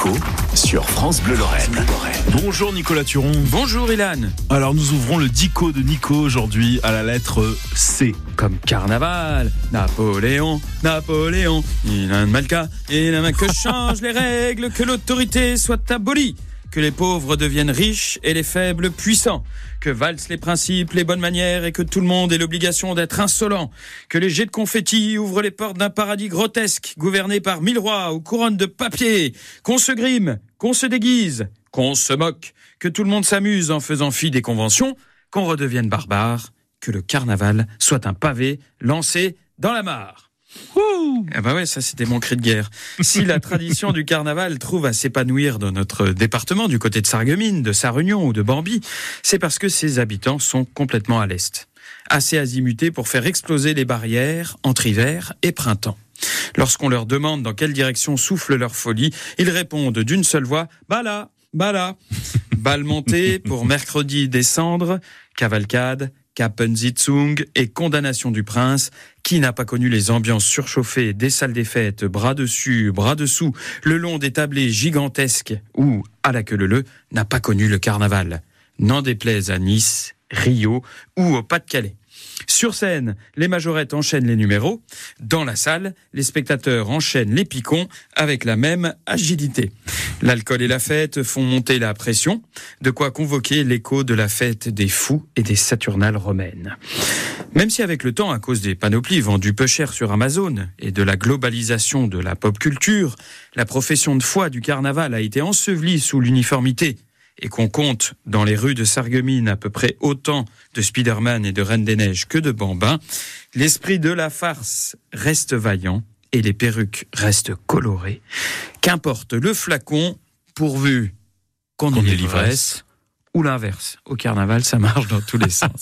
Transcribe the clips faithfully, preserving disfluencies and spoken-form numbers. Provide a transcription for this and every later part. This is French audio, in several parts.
Nico sur France Bleu Lorraine. Bonjour Nicolas Turon. Bonjour Ilan. Alors nous ouvrons le dico de Nico aujourd'hui à la lettre C. Comme carnaval, Napoléon, Napoléon, il a un mal cas, il a un que change les règles, que l'autorité soit abolie, que les pauvres deviennent riches et les faibles puissants, que valsent les principes, les bonnes manières et que tout le monde ait l'obligation d'être insolent, que les jets de confettis ouvrent les portes d'un paradis grotesque, gouverné par mille rois aux couronnes de papier, qu'on se grime, qu'on se déguise, qu'on se moque, que tout le monde s'amuse en faisant fi des conventions, qu'on redevienne barbare, que le carnaval soit un pavé lancé dans la mare. Ouh. Ah bah ouais, ça c'était mon cri de guerre. Si la tradition du carnaval trouve à s'épanouir dans notre département, du côté de Sarreguemines, de Sarre-Union ou de Bambie, c'est parce que ses habitants sont complètement à l'est. Assez azimutés pour faire exploser les barrières entre hiver et printemps. Lorsqu'on leur demande dans quelle direction souffle leur folie, ils répondent d'une seule voix « Bah là, bah là ». Bal monté pour mercredi descendre, cavalcade, Kapensitzung et condamnation du prince. Qui n'a pas connu les ambiances surchauffées des salles des fêtes, bras dessus, bras dessous, le long des tablés gigantesques ou, à la queue leu-leu, n'a pas connu le carnaval. N'en déplaise à Nice, Rio ou au Pas-de-Calais. Sur scène, les majorettes enchaînent les numéros. Dans la salle, les spectateurs enchaînent les picons avec la même agilité. L'alcool et la fête font monter la pression, de quoi convoquer l'écho de la fête des fous et des saturnales romaines. Même si avec le temps, à cause des panoplies vendues peu cher sur Amazon et de la globalisation de la pop culture, la profession de foi du carnaval a été ensevelie sous l'uniformité, et qu'on compte dans les rues de Sarreguemines à peu près autant de Spider-Man et de Reine des Neiges que de bambins, l'esprit de la farce reste vaillant et les perruques restent colorées. Qu'importe le flacon, pourvu qu'on ait l'ivresse ou l'inverse. Au carnaval, ça marche dans tous les sens.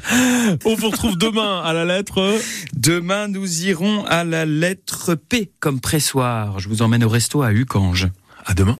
On vous retrouve demain à la lettre... Demain, nous irons à la lettre P comme pressoir. Je vous emmène au resto à Ucange. À demain.